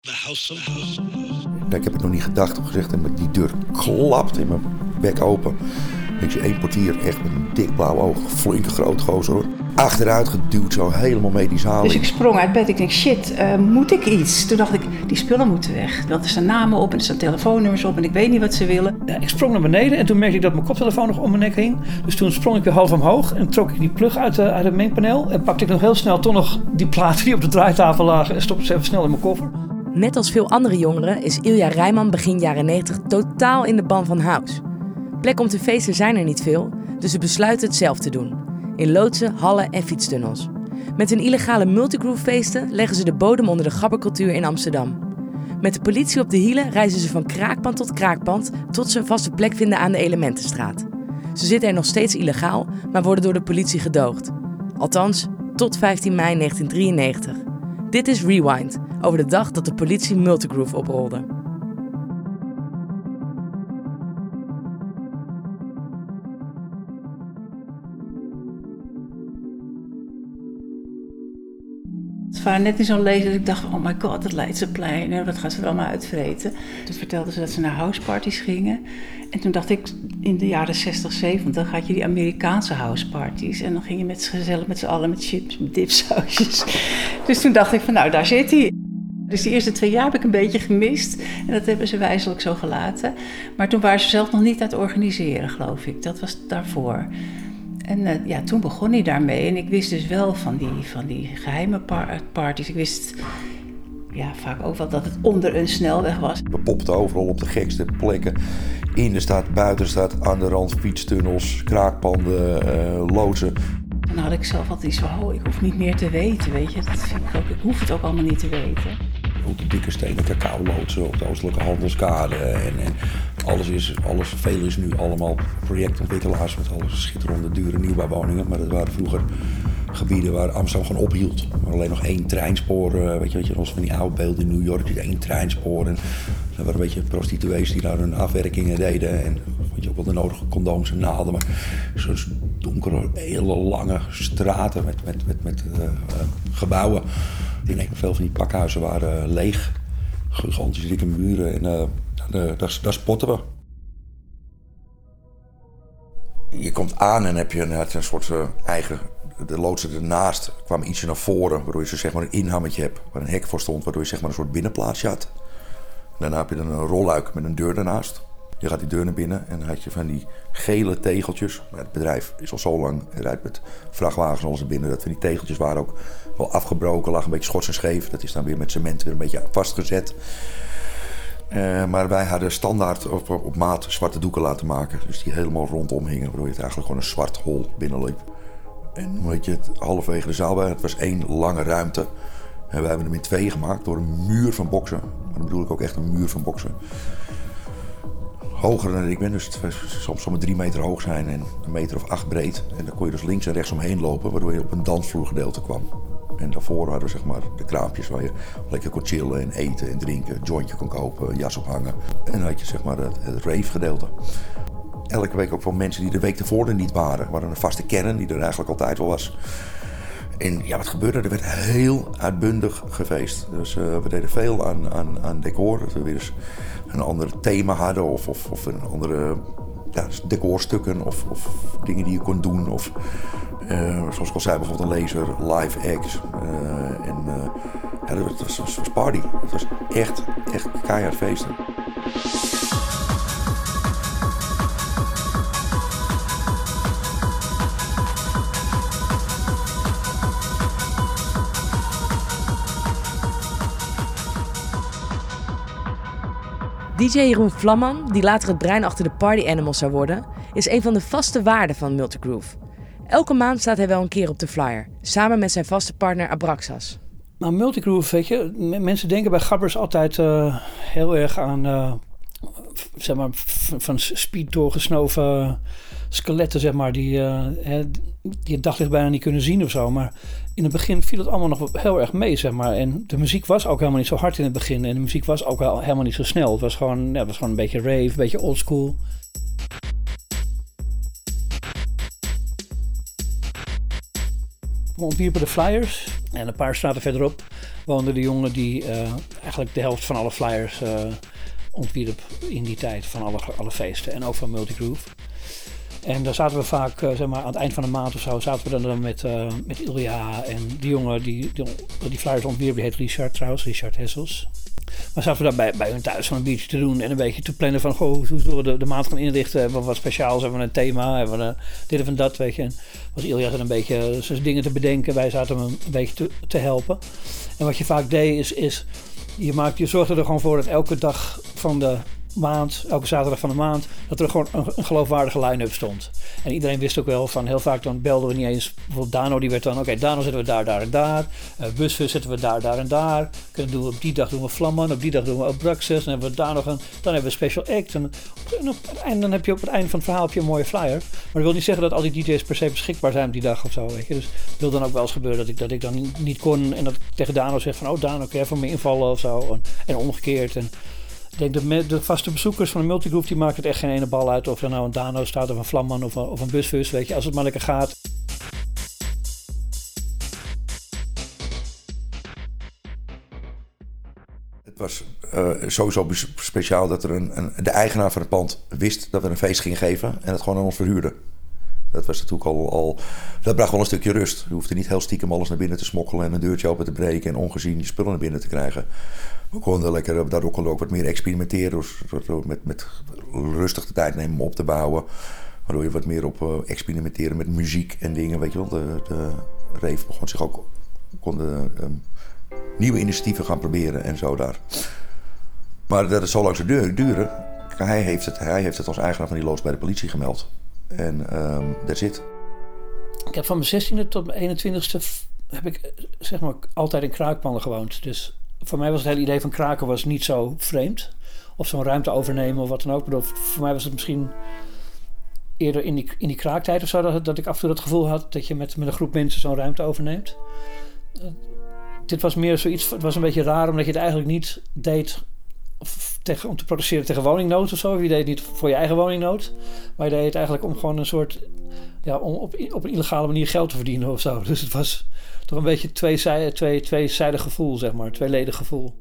Ik heb het nog niet gedacht of gezegd, maar die deur klapt in mijn bek open. Ik zie één portier echt met een dik blauw oog, flinke groot gozer hoor. Achteruit geduwd, zo helemaal mee die zaal. Dus ik sprong uit bed. Ik denk, shit, moet ik iets? Toen dacht ik, die spullen moeten weg. Want er staan namen op en er staan telefoonnummers op en ik weet niet wat ze willen. Ja, ik sprong naar beneden en toen merkte ik dat mijn koptelefoon nog om mijn nek hing. Dus toen sprong ik weer half omhoog en trok ik die plug uit het mainpaneel. En pakte ik nog heel snel toch nog die platen die op de draaitafel lagen en stopte ze even snel in mijn koffer. Net als veel andere jongeren is Ilja Rijman begin jaren 90 totaal in de ban van house. Plekken om te feesten zijn er niet veel, dus ze besluiten het zelf te doen. In loodsen, hallen en fietstunnels. Met hun illegale multigroove feesten leggen ze de bodem onder de gabbercultuur in Amsterdam. Met de politie op de hielen reizen ze van kraakpand tot kraakpand tot ze een vaste plek vinden aan de Elementenstraat. Ze zitten er nog steeds illegaal, maar worden door de politie gedoogd. Althans, tot 15 mei 1993. Dit is Rewind, over de dag dat de politie multigroove oprolde. Het waren net in zo'n lezer dat ik dacht, oh my god, het Leidseplein, wat gaan ze er allemaal uitvreten? Toen vertelden ze dat ze naar houseparties gingen. En toen dacht ik, in de jaren 60, 70 had je die Amerikaanse houseparties. En dan ging je gezellig met z'n allen met chips, met dipsausjes. Dus toen dacht ik van, nou, daar zit hij. Dus de eerste 2 jaar heb ik een beetje gemist. En dat hebben ze wijselijk zo gelaten. Maar toen waren ze zelf nog niet aan het organiseren, geloof ik. Dat was daarvoor. En toen begon hij daarmee. En ik wist dus wel van die geheime parties. Ik wist vaak ook wel dat het onder een snelweg was. We popten overal op de gekste plekken. In de stad, buiten de stad, aan de rand, fietstunnels, kraakpanden, loodsen. Dan had ik zelf altijd iets van, ik hoef niet meer te weten, weet je. Dat vind ik ook, ik hoef het ook allemaal niet te weten. Op de dikke stenen cacao-loodsen, op de Oostelijke Handelskade. En veel is nu allemaal projectontwikkelaars met alle schitterende, dure nieuwbouwwoningen. Maar dat waren vroeger gebieden waar Amsterdam gewoon ophield. Maar alleen nog 1 treinspoor, weet je, zoals van die oude beelden in New York, 1 treinspoor. En er waren een beetje prostituees die daar hun afwerkingen deden. En weet je, ook wel de nodige condooms en naalden. Maar zo'n donkere, hele lange straten met gebouwen. Ik denk veel van die pakhuizen waren leeg. Gigantische dikke muren en daar spotten we. Je komt aan en heb je een soort eigen... De loodsen ernaast kwamen ietsje naar voren, waardoor je zeg maar een inhammetje hebt, waar een hek voor stond, waardoor je zeg maar een soort binnenplaatsje had. Daarna heb je dan een rolluik met een deur ernaast. Je gaat die deur naar binnen en dan had je van die gele tegeltjes. Het bedrijf is al zo lang, het rijdt met vrachtwagens alles naar binnen. Dat van die tegeltjes waren ook wel afgebroken, lag een beetje schots en scheef. Dat is dan weer met cement weer een beetje vastgezet. Maar wij hadden standaard op maat zwarte doeken laten maken. Dus die helemaal rondom hingen, waardoor je het eigenlijk gewoon een zwart hol binnenliep. En weet je, halverwege de zaal, het was 1 lange ruimte. En wij hebben hem in 2 gemaakt door een muur van boksen. Maar dan bedoel ik ook echt een muur van boksen. Hoger dan ik ben, dus het soms 3 meter hoog zijn en 1 meter of 8 breed. En dan kon je dus links en rechts omheen lopen, waardoor je op een dansvloergedeelte kwam. En daarvoor hadden we zeg maar de kraampjes waar je lekker kon chillen en eten en drinken. Een jointje kon kopen, een jas ophangen. En dan had je zeg maar het rave-gedeelte. Elke week ook van mensen die de week ervoor er niet waren. Er waren een vaste kern die er eigenlijk altijd wel was. En ja, wat gebeurde? Er werd heel uitbundig gefeest. Dus we deden veel aan decor. Dat we weer eens een ander thema hadden of een andere decorstukken of dingen die je kon doen. Of zoals ik al zei, bijvoorbeeld een laser, live acts. Het was party. Het was echt keihard feesten. DJ Jeroen Vlamman, die later het brein achter de Party Animals zou worden, is een van de vaste waarden van Multigroove. Elke maand staat hij wel een keer op de flyer, samen met zijn vaste partner Abraxas. Nou, Multigroove, weet je, mensen denken bij gabbers altijd heel erg aan, zeg maar, van speed doorgesnoven skeletten, zeg maar, die het daglicht bijna niet kunnen zien of zo. Maar in het begin viel het allemaal nog heel erg mee, zeg maar. En de muziek was ook helemaal niet zo hard in het begin. En de muziek was ook helemaal niet zo snel. Het was gewoon een beetje rave, een beetje oldschool. We ontwierpen de flyers. En een paar straten verderop woonde de jongen die eigenlijk de helft van alle flyers ontwierp in die tijd. Van alle feesten en ook van Multigroove. En daar zaten we vaak, zeg maar aan het eind van de maand of zo, zaten we dan met Ilja en die jongen die flyers ontwierp, die heet Richard trouwens, Richard Hessels. Maar zaten we daar bij hun thuis van een biertje te doen en een beetje te plannen van hoe zullen we de maand gaan inrichten, hebben we wat speciaals, hebben we een thema, hebben we dit of dat, weet je. En was Ilja dan een beetje zijn dingen te bedenken, wij zaten hem een beetje te helpen. En wat je vaak deed is je zorgde er gewoon voor dat elke dag van de maand, elke zaterdag van de maand, dat er gewoon een geloofwaardige line-up stond. En iedereen wist ook wel van, heel vaak dan belden we niet eens, bijvoorbeeld Dano, die werd dan, oké, Dano zetten we daar en daar, Busfus zetten we daar en daar, op die dag doen we Vlamman, op die dag doen we Abraxas, dan hebben we daar nog dan hebben we een special act. En dan heb je op het einde van het verhaal een mooie flyer. Maar dat wil niet zeggen dat al die DJ's per se beschikbaar zijn op die dag of zo, weet je. Dus het wil dan ook wel eens gebeuren dat ik dan niet kon en dat ik tegen Dano zeg van, Dano, kun je even me invallen of zo. En omgekeerd. En ik denk de vaste bezoekers van de Multigroove, die maken het echt geen ene bal uit of er nou een Dano staat of een Vlamman of een Busfus, weet je, als het maar lekker gaat. Het was sowieso speciaal dat er de eigenaar van het pand wist dat we een feest gingen geven en het gewoon aan ons verhuurde. Dat was natuurlijk al. Dat bracht wel een stukje rust. Je hoefde niet heel stiekem alles naar binnen te smokkelen en een deurtje open te breken en ongezien je spullen naar binnen te krijgen. We konden daardoor konden we ook wat meer experimenteren, door met rustig de tijd nemen om op te bouwen. Waardoor je wat meer op experimenteren met muziek en dingen, weet je wel. De rave begon zich ook, konden nieuwe initiatieven gaan proberen en zo daar. Maar dat het zo lang zou duren, hij heeft het als eigenaar van die loods bij de politie gemeld. En that's it. Ik heb van mijn 16e tot mijn 21e heb ik zeg maar altijd in kraakpanden gewoond. Dus voor mij was het hele idee van kraken was niet zo vreemd. Of zo'n ruimte overnemen of wat dan ook. Maar voor mij was het misschien eerder in die kraaktijd of zo, dat ik af en toe dat gevoel had dat je met een groep mensen zo'n ruimte overneemt. Dit was meer zoiets, het was een beetje raar omdat je het eigenlijk niet deed om te protesteren tegen woningnood of zo. Je deed het niet voor je eigen woningnood. Maar je deed het eigenlijk om gewoon een soort, om op een illegale manier geld te verdienen of zo. Dus het was toch een beetje tweezijdig gevoel, zeg maar. Tweeledig gevoel.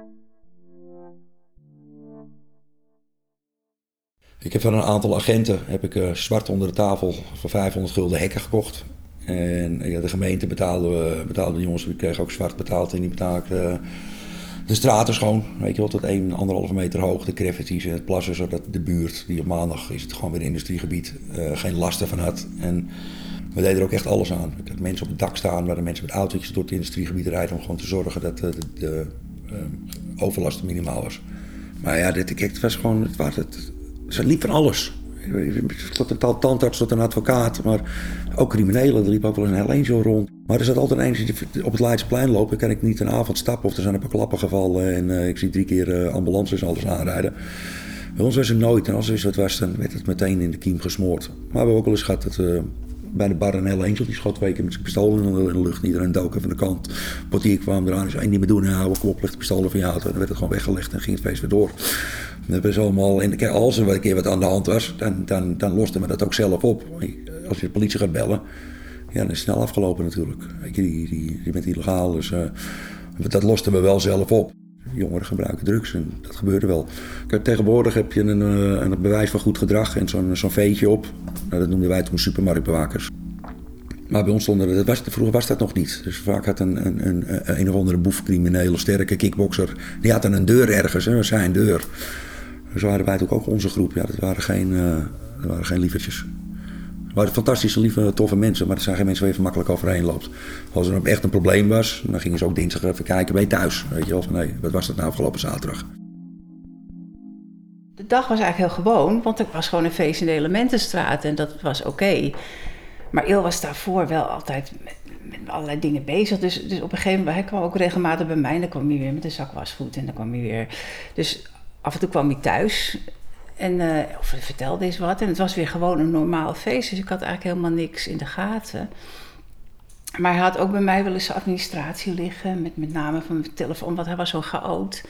Ik heb van een aantal agenten zwart onder de tafel voor 500 gulden hekken gekocht. En de gemeente betaalde de jongens, die kregen ook zwart betaald en die betaalden de straten schoon, weet je wel, tot 1,5 meter hoog, de graffitis en het plassen, zodat de buurt, die op maandag is het gewoon weer een industriegebied, geen last ervan had. En we deden er ook echt alles aan. Ik had mensen op het dak staan, waar de mensen met autootjes door het industriegebied rijden om gewoon te zorgen dat de overlast minimaal was. Maar ja, het was gewoon, het liep van alles. Tot een tandarts, tot een advocaat, maar ook criminelen. Er liep ook wel een Hell Angel rond. Maar er zat altijd een die op het Leidseplein lopen. Dan kan ik niet een avond stappen of er zijn een paar klappen gevallen en ik zie 3 keer ambulances en alles aanrijden. Bij ons was er nooit. En als er iets wat was, dan werd het meteen in de kiem gesmoord. Maar we hebben ook wel eens gehad dat bij de bar een Hell Angel, die schoot 2 keer met zijn pistool in de lucht. Iedereen dook van de kant. De portier kwam eraan en zei, niet meer doen, kom op, leg de pistolen van je auto. En dan werd het gewoon weggelegd en ging het feest weer door. Dat was allemaal, en als er een keer wat aan de hand was, dan losten we dat ook zelf op. Als je de politie gaat bellen, ja, dan is het snel afgelopen natuurlijk. Weet je, die bent illegaal, dus dat losten we wel zelf op. Jongeren gebruiken drugs en dat gebeurde wel. Tegenwoordig heb je een bewijs van goed gedrag en zo'n veetje op. Nou, dat noemden wij toen supermarktbewakers. Maar bij ons vroeger was dat nog niet. Dus vaak had een of andere boefcrimineel of sterke kickbokser, die had een deur ergens, hè, zijn deur. Zo hadden wij ook onze groep. Ja, dat waren geen lievertjes. Het waren fantastische, lieve, toffe mensen, maar dat zijn geen mensen waar je even makkelijk overheen loopt. Als er echt een probleem was, dan gingen ze ook dinsdag even kijken, ben je thuis? Weet je wel, van nee, wat was dat nou afgelopen zaterdag? De dag was eigenlijk heel gewoon, want er was gewoon een feest in de Elementenstraat en dat was oké. Maar Il was daarvoor wel altijd met allerlei dingen bezig. Dus op een gegeven moment, hij kwam ook regelmatig bij mij en dan kwam hij weer met een zak wasgoed en dan kwam hij weer. Dus af en toe kwam hij thuis en of hij vertelde eens wat en het was weer gewoon een normaal feest. Dus ik had eigenlijk helemaal niks in de gaten. Maar hij had ook bij mij wel eens administratie liggen, met name van mijn telefoon, want hij was zo chaot.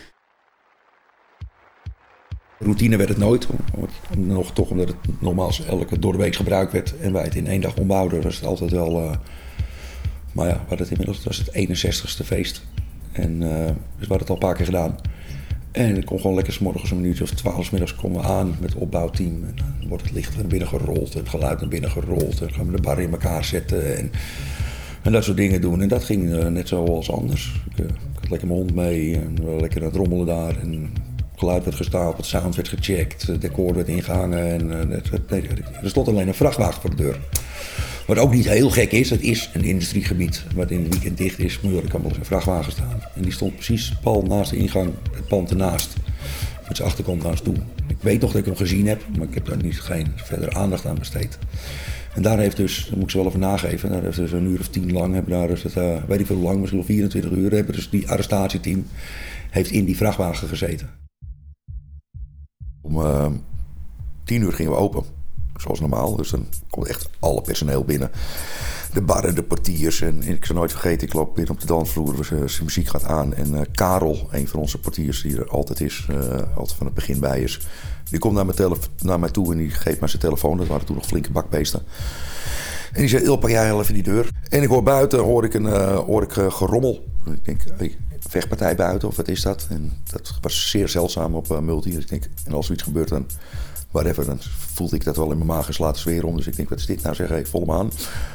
Routine werd het nooit, omdat het nogmaals elke doordeweeks gebruikt werd en wij het in 1 dag ombouwden, was het altijd wel. Maar ja, inmiddels was het 61ste feest. En dus we hadden het al een paar keer gedaan. En ik kom gewoon lekker 's morgens een minuutje of 12 's middags komen we aan met het opbouwteam. En dan wordt het licht naar binnen gerold en het geluid naar binnen gerold. En dan gaan we de bar in elkaar zetten en dat soort dingen doen. En dat ging net zoals anders. Ik had lekker mijn hond mee en lekker aan het rommelen daar. En het geluid werd gestapeld, sound werd gecheckt, het decor werd ingehangen. En er stond alleen een vrachtwagen voor de deur. Wat ook niet heel gek is, het is een industriegebied wat in het weekend dicht is. Maar er kan wel eens een vrachtwagen staan. En die stond precies pal naast de ingang, het pand ernaast. Met zijn achterkant naar ons toe. Ik weet nog dat ik hem gezien heb, maar ik heb daar geen verder aandacht aan besteed. En daar heeft dus, daar moet ik ze wel even nageven, daar heeft dus een uur of 10 lang, hebben daar dus weet ik veel lang, misschien wel 24 uur, hebben dus die arrestatieteam heeft in die vrachtwagen gezeten. Om 10 uur gingen we open. Zoals normaal, dus dan komt echt alle personeel binnen. De barren, de portiers. En ik zal nooit vergeten, ik loop binnen op de dansvloer. Zijn muziek gaat aan. En Karel, een van onze portiers die er altijd is. Altijd van het begin bij is. Die komt naar mij toe en die geeft mij zijn telefoon. Dat waren toen nog flinke bakbeesten. En die zei, Il, pak jij heel even die deur. En ik hoor buiten, hoor ik gerommel. Ik denk, hey, vechtpartij buiten of wat is dat? En dat was zeer zeldzaam op Multi. Dus ik denk, en als zoiets gebeurt dan... Whatever, dan voelde ik dat wel in mijn maag en slaat de sfeer om. Dus ik denk, wat is dit nou? Zeg ik, vol hem aan.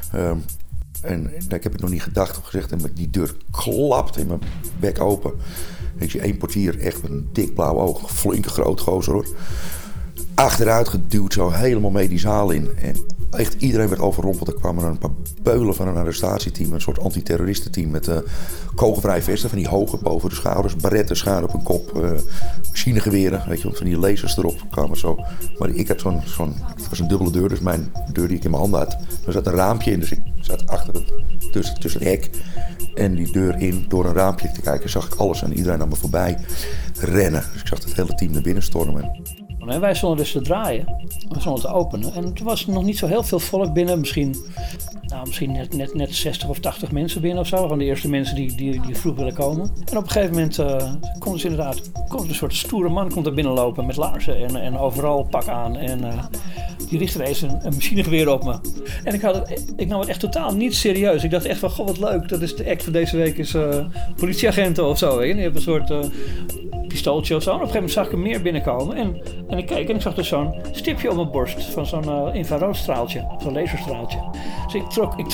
En ik heb het nog niet gedacht of gezegd. En die deur klapt in mijn bek open. En ik zie 1 portier, echt met een dik blauw oog. Flinke groot gozer hoor. Achteruit geduwd, zo helemaal mee die zaal in. En echt iedereen werd overrompeld. Er kwamen een paar beulen van een arrestatieteam. Een soort antiterroristenteam met kogelvrije vesten. Van die hoge boven de schouders. Baretten, schuin op hun kop. Machinegeweren, weet je wel. Van die lasers erop kwamen zo. Maar ik had het was een dubbele deur. Dus mijn deur die ik in mijn handen had. Er zat een raampje in. Dus ik zat achter tussen het hek. En die deur in, door een raampje te kijken, zag ik alles. En iedereen naar me voorbij rennen. Dus ik zag het hele team naar binnen stormen. En wij stonden dus te draaien, we stonden te openen. En er was nog niet zo heel veel volk binnen. Misschien net 60 of 80 mensen binnen of zo. Gewoon de eerste mensen die vroeg willen komen. En op een gegeven moment komt dus inderdaad een soort stoere man komt er binnenlopen met laarzen en overal pak aan. En die richtte ineens een machinegeweer op me. En ik nam het echt totaal niet serieus. Ik dacht echt van, goh wat leuk, dat is de act van deze week is politieagenten of zo. Hè? Die hebben een soort... pistooltje of zo. En op een gegeven moment zag ik hem meer binnenkomen. En ik keek en ik zag dus zo'n stipje op mijn borst. Van zo'n infraroodstraaltje. Zo'n laserstraaltje. Dus ik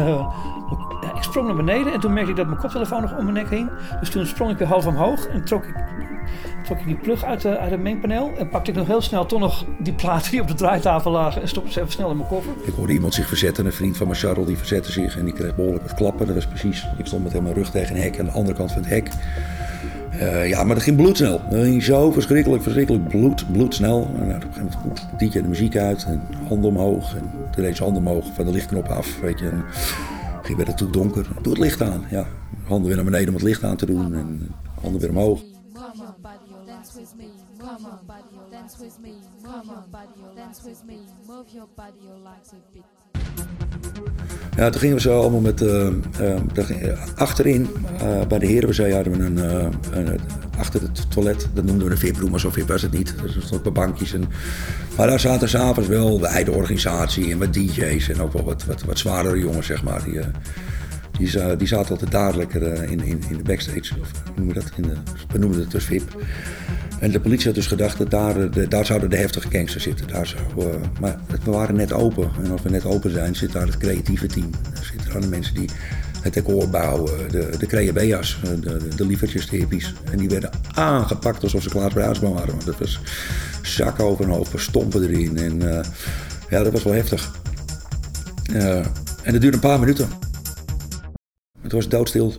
sprong naar beneden. En toen merkte ik dat mijn koptelefoon nog om mijn nek hing. Dus toen sprong ik weer half omhoog. En trok ik die plug uit het mainpaneel. En pakte ik nog heel snel toch nog die platen die op de draaitafel lagen. En stopte ze even snel in mijn koffer. Ik hoorde iemand zich verzetten. Een vriend van mijn Charles die verzette zich. En die kreeg behoorlijk wat klappen. Dat was precies. Ik stond met mijn rug tegen een hek. Aan de andere kant van het hek. Ja, maar dat ging bloedsnel. Dat ging zo verschrikkelijk bloedsnel. En op een gegeven moment DJ de muziek uit en handen omhoog. En toen deed ze handen omhoog van de lichtknop af, weet je. En ging werd het toen donker. Doe het licht aan, ja. Handen weer naar beneden om het licht aan te doen en handen weer omhoog. Ja, toen gingen we zo allemaal met... achterin, bij de Herenwezee hadden we achter het toilet, dat noemden we een VIP-room, maar zo VIP was het niet. Er stonden een paar bankjes. Maar daar zaten s'avonds wel de eigen organisatie en wat DJ's en ook wel wat zwaardere jongens, zeg maar. Die zaten altijd daar lekker in de backstage. Of hoe noemen we dat? We noemden het dus VIP. En de politie had dus gedacht dat daar zouden de heftige gangsters zitten. Maar we waren net open. En als we net open zijn, zit daar het creatieve team. Er zitten daar de mensen die het decor bouwen. De creabea's, de lievertjes, de hippies. En die werden aangepakt alsof ze Klaas Bruinsma waren. Want dat was zak over hun hoofd, stompen erin. En ja, dat was wel heftig. En dat duurde een paar minuten. Het was doodstil.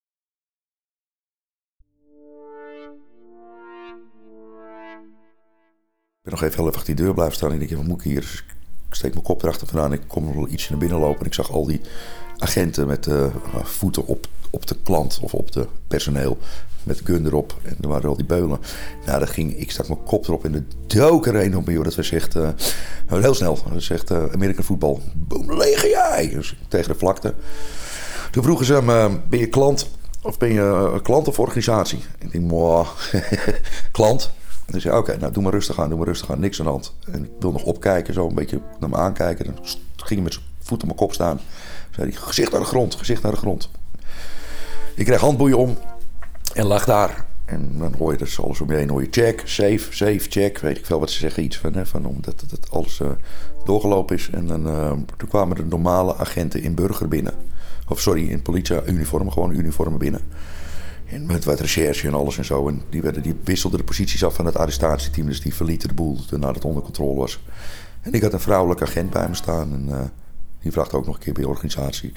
Ik ben nog even heel even die deur blijven staan. En ik denk, wat moet ik hier? Dus ik steek mijn kop erachter vandaan. Ik kom nog wel ietsje naar binnen lopen. En ik zag al die agenten met voeten op de klant of op de personeel. Met gun erop. En er waren al die beulen. Nou, ik stak mijn kop erop en de dook er een op me. Dat was echt heel snel. Dat is echt American voetbal. Boom, leeg jij! Dus tegen de vlakte. Toen vroegen ze hem, ben je klant of ben je klant of organisatie? Ik denk, klant. En toen zei hij, oké, nou doe maar rustig aan, niks aan de hand. En ik wil nog opkijken, zo een beetje naar me aankijken. Dan ging hij met zijn voet op mijn kop staan. Zei hij, gezicht naar de grond. Ik kreeg handboeien om. En lag daar. En dan hoor je dus alles om je heen. Hoor je check, safe, check. Weet ik veel wat ze zeggen. Iets van omdat het alles doorgelopen is. En dan, toen kwamen de normale agenten in burger binnen. In politieuniformen. Gewoon uniformen binnen. En met wat recherche en alles en zo. En die wisselden de posities af van het arrestatieteam. Dus die verlieten de boel nadat het onder controle was. En ik had een vrouwelijke agent bij me staan. En die vraagt ook nog een keer bij de organisatie.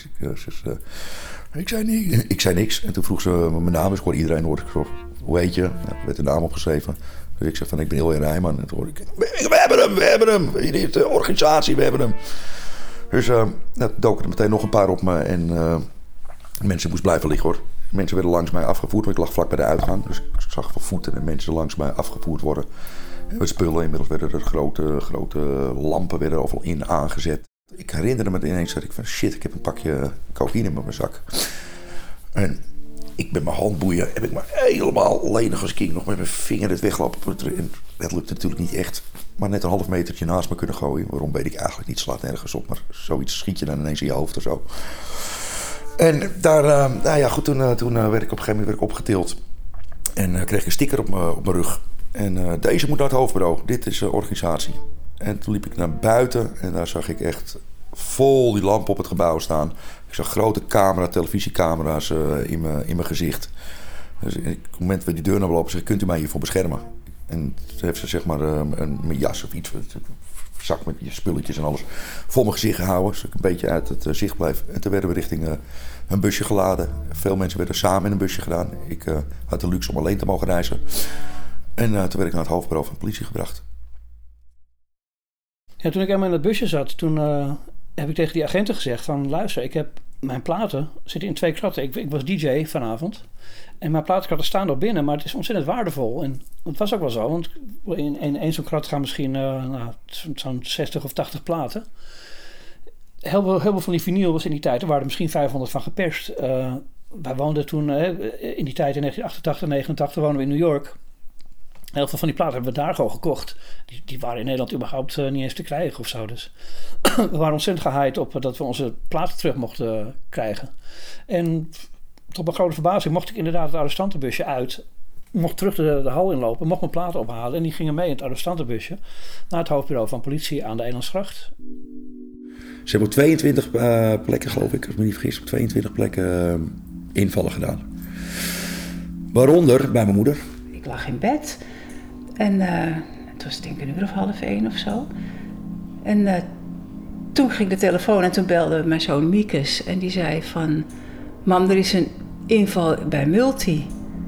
Ik zei niks. En toen vroeg ze mijn naam. Dus ik hoorde iedereen hoorde ik zo, hoe heet je? Nou, er werd de naam opgeschreven. Dus ik zei van ik ben Ilja Rijman. En toen hoorde ik, we hebben hem. Hier is de organisatie, we hebben hem. Dus doken er meteen nog een paar op me. En mensen moesten blijven liggen hoor. Mensen werden langs mij afgevoerd. Want ik lag vlak bij de uitgang. Dus ik zag van voeten en mensen langs mij afgevoerd worden. En met spullen. Inmiddels werden er grote lampen werden overal in aangezet. Ik herinnerde me ineens dat ik van shit, ik heb een pakje cocaïne in mijn zak. En ik met mijn handboeien heb ik maar helemaal lenig als ik nog met mijn vinger het weglopen. En dat lukt natuurlijk niet echt. Maar net een half metertje naast me kunnen gooien. Waarom weet ik eigenlijk niet, slaat nergens op. Maar zoiets schiet je dan ineens in je hoofd of zo. En daar, toen werd ik op een gegeven moment opgetild. En kreeg ik een sticker op mijn rug. En deze moet naar het hoofdbureau. Dit is de organisatie. En toen liep ik naar buiten en daar zag ik echt vol die lamp op het gebouw staan. Ik zag grote televisiecamera's in mijn gezicht. Dus op het moment dat die deur naar me lopen, zei kunt u mij hiervoor beschermen? En toen heeft ze zeg maar mijn jas of iets, een zak met je spulletjes en alles, voor mijn gezicht gehouden. Zodat ik een beetje uit het zicht bleef. En toen werden we richting een busje geladen. Veel mensen werden samen in een busje gedaan. Ik had de luxe om alleen te mogen reizen. En toen werd ik naar het hoofdbureau van de politie gebracht. Ja, toen ik helemaal in dat busje zat, toen heb ik tegen die agenten gezegd van luister, ik heb mijn platen zitten in 2 kratten. Ik was DJ vanavond en mijn platenkratten staan nog binnen, maar het is ontzettend waardevol. En het was ook wel zo, want in zo'n krat gaan misschien zo'n 60 of 80 platen. Heel veel van die vinyl was in die tijd, er waren er misschien 500 van geperst. Wij woonden toen in die tijd in 1988, 89 woonden we in New York. Heel veel van die platen hebben we daar gewoon gekocht. Die waren in Nederland überhaupt niet eens te krijgen of zo. Dus we waren ontzettend gehyped op dat we onze platen terug mochten krijgen. En tot mijn grote verbazing mocht ik inderdaad het arrestantenbusje uit. Mocht terug de hal inlopen, mocht mijn platen ophalen. En die gingen mee in het arrestantenbusje naar het hoofdbureau van politie aan de Elandsgracht. Ze hebben op 22 plekken, geloof ik, als ik me niet vergis, op 22 plekken invallen gedaan. Waaronder bij mijn moeder. Ik lag in bed en het was denk ik 1:30 of zo. En toen ging de telefoon en toen belde mijn zoon Miekes en die zei van, mam, er is een inval bij Multi.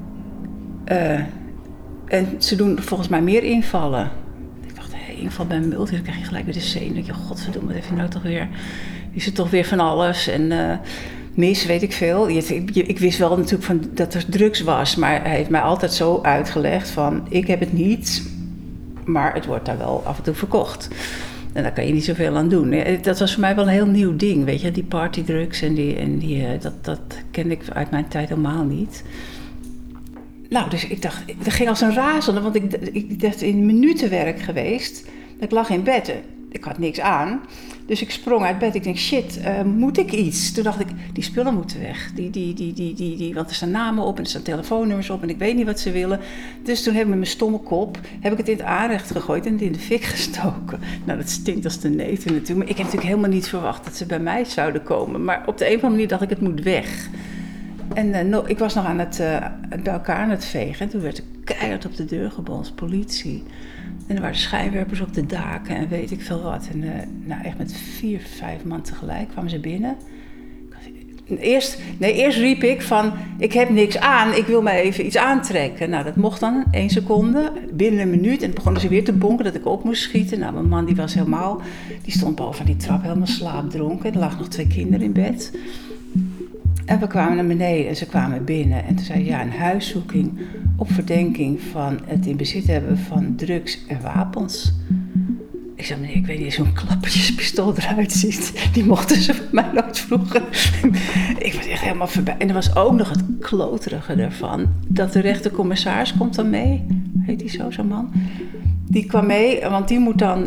En ze doen volgens mij meer invallen. Ik dacht, inval bij Multi, dan krijg je gelijk weer de zenuw. Ik dacht, godverdomme, wat heeft hij nou toch weer? Is het toch weer van alles en mis, weet ik veel. Ik wist wel natuurlijk van dat er drugs was, maar hij heeft mij altijd zo uitgelegd van, ik heb het niet, maar het wordt daar wel af en toe verkocht. En daar kan je niet zoveel aan doen. Dat was voor mij wel een heel nieuw ding, weet je, die partydrugs dat kende ik uit mijn tijd helemaal niet. Nou, dus ik dacht, dat ging als een razende, want ik dacht in minutenwerk geweest. Ik lag in bed, ik had niks aan. Dus ik sprong uit bed. Ik denk, shit, moet ik iets? Toen dacht ik, die spullen moeten weg. Want er staan namen op en er staan telefoonnummers op en ik weet niet wat ze willen. Dus toen heb ik met mijn stomme kop het in het aanrecht gegooid en het in de fik gestoken. Nou, dat stinkt als de neten natuurlijk. Maar ik heb natuurlijk helemaal niet verwacht dat ze bij mij zouden komen. Maar op de een of andere manier dacht ik, het moet weg. En ik was nog bij elkaar aan het vegen. En toen werd er keihard op de deur gebonst, politie. En er waren schijnwerpers op de daken en weet ik veel wat. En echt met 4, 5 man tegelijk kwamen ze binnen. Eerst riep ik van, ik heb niks aan, ik wil mij even iets aantrekken. Nou, dat mocht dan 1 seconde, binnen een minuut. En begonnen ze weer te bonken dat ik op moest schieten. Nou, mijn man die stond boven die trap helemaal slaapdronken. Er lagen nog 2 kinderen in bed. En we kwamen naar beneden en ze kwamen binnen. En toen zei een huiszoeking op verdenking van het in bezit hebben van drugs en wapens. Ik zei, meneer, ik weet niet eens hoe een klappertjespistool eruit ziet. Die mochten ze van mij nooit vroeger. Ik was echt helemaal voorbij. En er was ook nog het kloterige ervan. Dat de rechtercommissaris komt dan mee. Heet die zo'n man? Die kwam mee, want die moet dan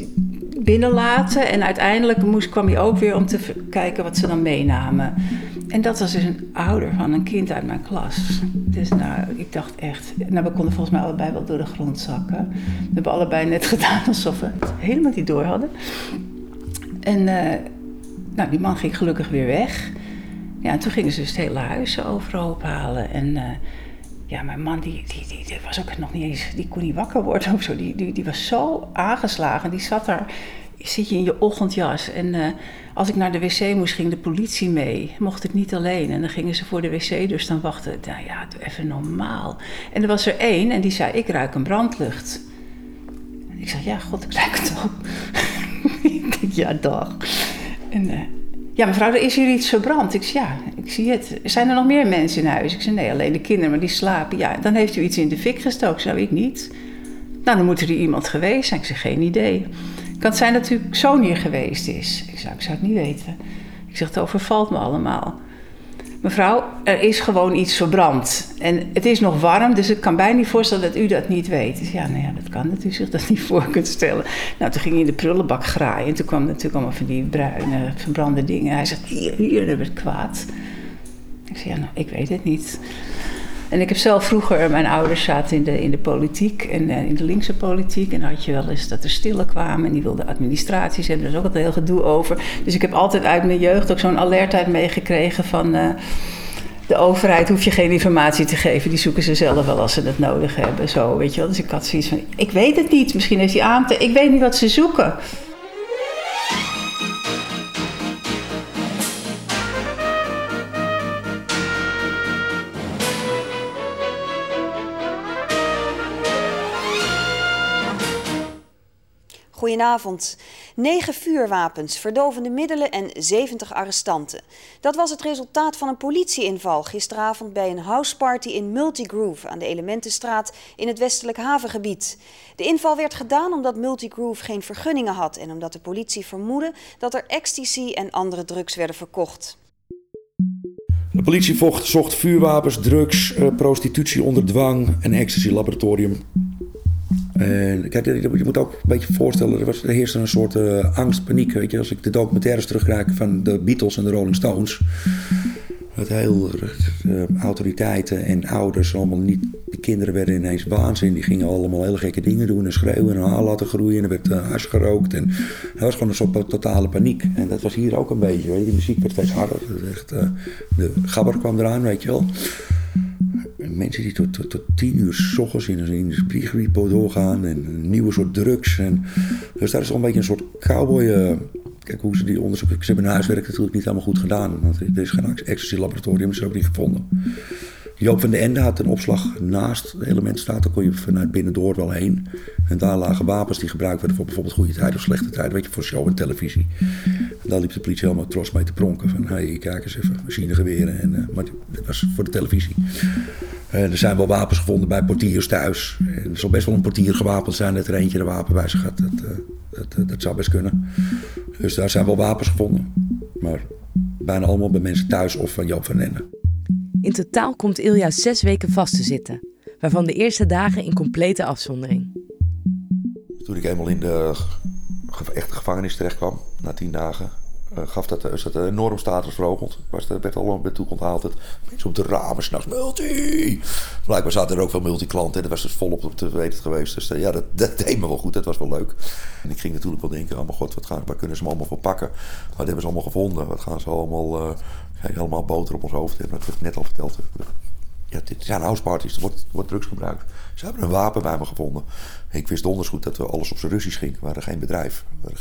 binnenlaten. En uiteindelijk kwam hij ook weer om te kijken wat ze dan meenamen. En dat was dus een ouder van een kind uit mijn klas. Dus ik dacht echt... we konden volgens mij allebei wel door de grond zakken. We hebben allebei net gedaan alsof we het helemaal niet door hadden. En die man ging gelukkig weer weg. Ja, en toen gingen ze dus het hele huis overhoop halen. En mijn man die was ook nog niet eens... Die kon niet wakker worden of zo. Die was zo aangeslagen. Die zat daar... Zit je in je ochtendjas en als ik naar de wc moest, ging de politie mee. Mocht ik niet alleen. En dan gingen ze voor de wc dus dan wachten. Nou ja, doe even normaal. En er was er één en die zei, ik ruik een brandlucht. En ik zei, ja, god, ik ruik het ook. Ik denk, ja, dag. En mevrouw, er is hier iets verbrand. Ik zei, ja, ik zie het. Zijn er nog meer mensen in huis? Ik zei, nee, alleen de kinderen, maar die slapen. Ja, dan heeft u iets in de fik gestoken. Zou ik niet. Nou, dan moet er iemand geweest zijn. Ik zei, geen idee. Kan het zijn dat uw zoon hier geweest is? Ik zou het niet weten. Ik zeg, het overvalt me allemaal. Mevrouw, er is gewoon iets verbrand. En het is nog warm, dus ik kan bijna niet voorstellen dat u dat niet weet. Dus dat kan dat u zich dat niet voor kunt stellen. Nou, toen ging hij in de prullenbak graaien. En toen kwam natuurlijk allemaal van die bruine, verbrande dingen. Hij zegt, hier, dat werd kwaad. Ik zeg, ik weet het niet. En ik heb zelf vroeger, mijn ouders zaten in de politiek en in de linkse politiek. En dan had je wel eens dat er stillen kwamen en die wilden administraties hebben. Daar is ook altijd heel gedoe over. Dus ik heb altijd uit mijn jeugd ook zo'n alertheid meegekregen van de overheid hoef je geen informatie te geven. Die zoeken ze zelf wel als ze het nodig hebben. Zo, weet je wel. Dus ik had zoiets van, ik weet het niet. Misschien heeft hij ik weet niet wat ze zoeken. Goedenavond. 9 vuurwapens, verdovende middelen en 70 arrestanten. Dat was het resultaat van een politieinval gisteravond bij een houseparty in Multigroove aan de Elementenstraat in het westelijk havengebied. De inval werd gedaan omdat Multigroove geen vergunningen had en omdat de politie vermoedde dat er ecstasy en andere drugs werden verkocht. De politie zocht vuurwapens, drugs, prostitutie onder dwang en ecstasy-laboratorium. Kijk, je moet ook een beetje voorstellen, er heerste een soort angst, paniek. Weet je, als ik de documentaires terugkijk van de Beatles en de Rolling Stones. Dat heel autoriteiten en ouders allemaal niet. De kinderen werden ineens waanzin. Die gingen allemaal hele gekke dingen doen en schreeuwen en haar laten groeien. En er werd hars gerookt. En dat was gewoon een soort totale paniek. En dat was hier ook een beetje. Weet je. De muziek werd steeds harder. De gabber kwam eraan, weet je wel. Mensen die tot 10 uur 's ochtends in de Sprigrepo doorgaan en een nieuwe soort drugs. Dus daar is al een beetje een soort cowboy. Kijk hoe ze die onderzoeken. Ze hebben hun huiswerk natuurlijk niet helemaal goed gedaan. Want er is geen ecstasy-laboratorium, dat is ook niet gevonden. Joop van den Ende had een opslag naast de Elementenstraat. Daar kon je vanuit binnendoor wel heen. En daar lagen wapens die gebruikt werden voor bijvoorbeeld goede tijd of slechte tijd. Weet je, voor show en televisie. En daar liep de politie helemaal trots mee te pronken. Van, hey, kijk eens even, machinegeweren. Maar dat was voor de televisie. Er zijn wel wapens gevonden bij portiers thuis. En er zal best wel een portier gewapend zijn dat er eentje een wapen bij zich had. Dat zou best kunnen. Dus daar zijn wel wapens gevonden. Maar bijna allemaal bij mensen thuis of van Joop van den Ende. In totaal komt Ilja 6 weken vast te zitten, waarvan de eerste dagen in complete afzondering. Toen ik eenmaal in de echte gevangenis terecht kwam, na 10 dagen, gaf dat enorm statusverhogend. Werd toe onthaald dat mensen op de ramen s'nachts multi. Blijkbaar zaten er ook veel multiklanten en dat was dus volop op te weten geweest. Dus dat deed me wel goed, dat was wel leuk. En ik ging natuurlijk wel denken, oh mijn god, waar kunnen ze me allemaal voor pakken? Wat hebben ze allemaal gevonden? Wat gaan ze allemaal... helemaal boter op ons hoofd hebben, dat heb ik net al verteld. Ja, dit zijn houseparties, er wordt drugs gebruikt. Ze hebben een wapen bij me gevonden. Ik wist donders goed dat we alles op zijn Russisch ging. We waren geen bedrijf.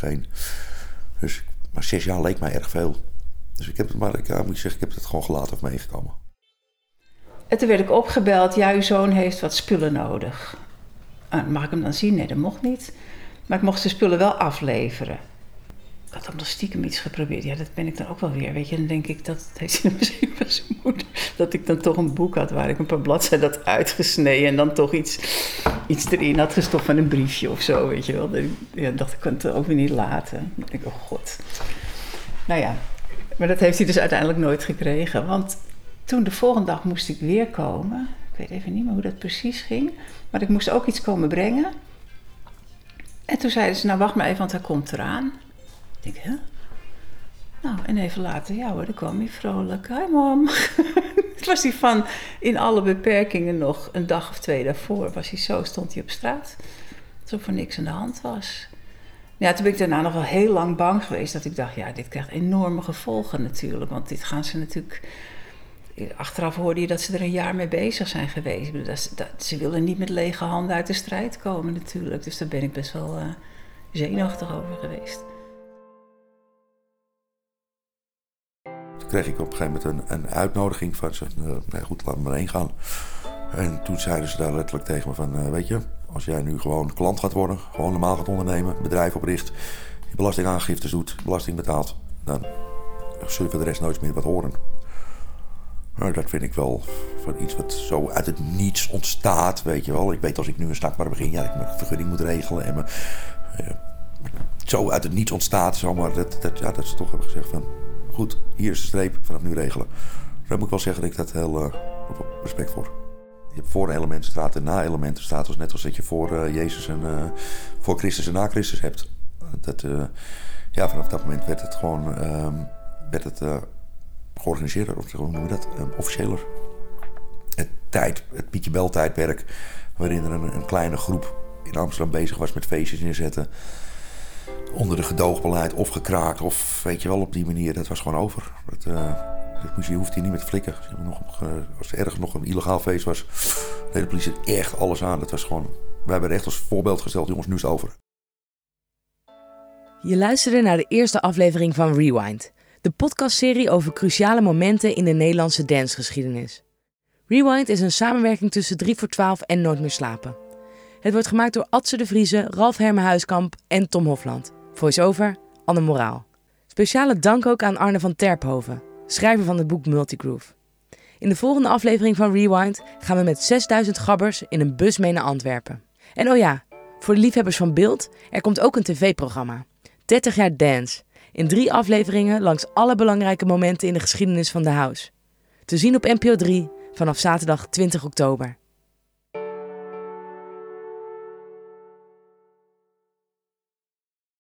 Maar 6 jaar leek mij erg veel. Dus ik heb het gewoon gelaten of meegekomen. En toen werd ik opgebeld, ja, uw zoon heeft wat spullen nodig. Mag ik hem dan zien? Nee, dat mocht niet. Maar ik mocht zijn spullen wel afleveren. Ik had dan stiekem iets geprobeerd. Ja, dat ben ik dan ook wel weer. Weet je, dan denk ik, dat heeft hij misschien van zijn moeder. Dat ik dan toch een boek had waar ik een paar bladzijden had uitgesneden. En dan toch iets erin had gestopt van een briefje of zo, weet je wel. Ja, dacht ik, kan het ook weer niet laten. Dan denk ik, oh god. Nou ja, maar dat heeft hij dus uiteindelijk nooit gekregen. Want toen de volgende dag moest ik weer komen. Ik weet even niet meer hoe dat precies ging. Maar ik moest ook iets komen brengen. En toen zeiden ze, nou wacht maar even, want hij komt eraan. Ik denk, hè? Nou, en even later, ja hoor, dan kwam hij vrolijk. Hi mom. Het was hij van, in alle beperkingen nog een dag of 2 daarvoor, stond hij op straat. Alsof er niks aan de hand was. Ja, toen ben ik daarna nog wel heel lang bang geweest. Dat ik dacht, ja, dit krijgt enorme gevolgen natuurlijk. Want dit gaan ze natuurlijk... Achteraf hoorde je dat ze er een jaar mee bezig zijn geweest. Ze willen niet met lege handen uit de strijd komen natuurlijk. Dus daar ben ik best wel zenuwachtig over geweest. Toen kreeg ik op een gegeven moment een uitnodiging van ze. Nee, goed, laat me maar heen gaan. En toen zeiden ze daar letterlijk tegen me van... weet je, als jij nu gewoon klant gaat worden... gewoon normaal gaat ondernemen, bedrijf opricht... je belastingaangiftes doet, belasting betaalt... dan zul je voor de rest nooit meer wat horen. Maar dat vind ik wel van iets wat zo uit het niets ontstaat, weet je wel. Ik weet als ik nu een start maar begin... ja, ik mijn vergunning moet regelen en zo uit het niets ontstaat... zomaar dat ze toch hebben gezegd van... goed, hier is de streep, vanaf nu regelen. Daar moet ik wel zeggen dat ik dat heel respect voor. Je hebt voor elementenstaat en na elementenstaat. Dus net als dat je voor Jezus en voor Christus en na Christus hebt. Vanaf dat moment werd het gewoon georganiseerder, of hoe noem je dat? Officiëler. Het Pietje Bel tijdperk, waarin er een kleine groep in Amsterdam bezig was met feestjes neerzetten. Onder de gedoogbeleid of gekraakt of weet je wel op die manier. Dat was gewoon over. Je hoeft hier niet meer te flikken. Als er ergens nog een illegaal feest was, deed de politie echt alles aan. Dat was gewoon, wij hebben er echt als voorbeeld gesteld, jongens, nu is het over. Je luisterde naar de eerste aflevering van Rewind. De podcastserie over cruciale momenten in de Nederlandse dancegeschiedenis. Rewind is een samenwerking tussen 3 voor 12 en Nooit meer slapen. Het wordt gemaakt door Adse de Vrieze, Ralf Hermenhuiskamp en Tom Hofland. Voice-over, Anne Moraal. Speciale dank ook aan Arne van Terphoven, schrijver van het boek Multigroove. In de volgende aflevering van Rewind gaan we met 6000 gabbers in een bus mee naar Antwerpen. En oh ja, voor de liefhebbers van beeld, er komt ook een tv-programma. 30 jaar Dance. In 3 afleveringen langs alle belangrijke momenten in de geschiedenis van de house. Te zien op NPO 3 vanaf zaterdag 20 oktober.